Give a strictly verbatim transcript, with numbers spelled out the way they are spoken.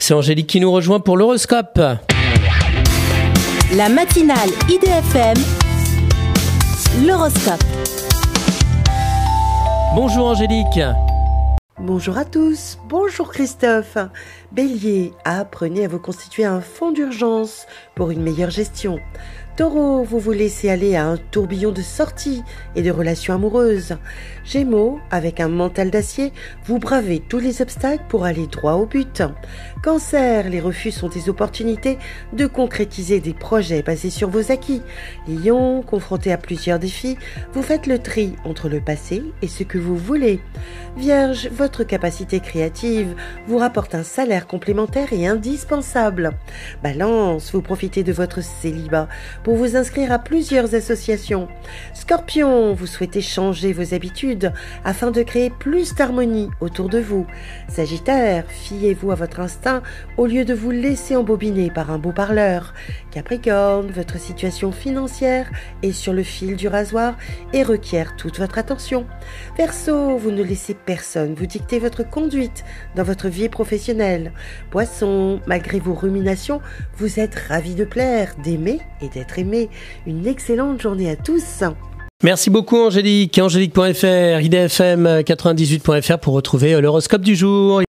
C'est Angélique qui nous rejoint pour l'horoscope. La matinale I D F M, l'horoscope. Bonjour Angélique. Bonjour à tous, bonjour Christophe. Bélier, apprenez à vous constituer un fonds d'urgence pour une meilleure gestion. Taureau, vous vous laissez aller à un tourbillon de sorties et de relations amoureuses. Gémeaux, avec un mental d'acier, vous bravez tous les obstacles pour aller droit au but. Cancer, les refus sont des opportunités de concrétiser des projets basés sur vos acquis. Lion, confronté à plusieurs défis, vous faites le tri entre le passé et ce que vous voulez. Vierge, votre capacité créative vous rapporte un salaire complémentaire et indispensable. Balance, vous profitez de votre célibat pour vous inscrire à plusieurs associations. Scorpion, vous souhaitez changer vos habitudes afin de créer plus d'harmonie autour de vous. Sagittaire, fiez-vous à votre instinct au lieu de vous laisser embobiner par un beau parleur. Capricorne, votre situation financière est sur le fil du rasoir et requiert toute votre attention. Verseau, vous ne laissez personne vous dicter votre conduite dans votre vie professionnelle. Poisson, malgré vos ruminations, vous êtes ravi de plaire, d'aimer et d'être aimé. Une excellente journée à tous. Merci beaucoup Angélique. Angélique point F R, I D F M quatre-vingt-dix-huit point F R pour retrouver l'horoscope du jour.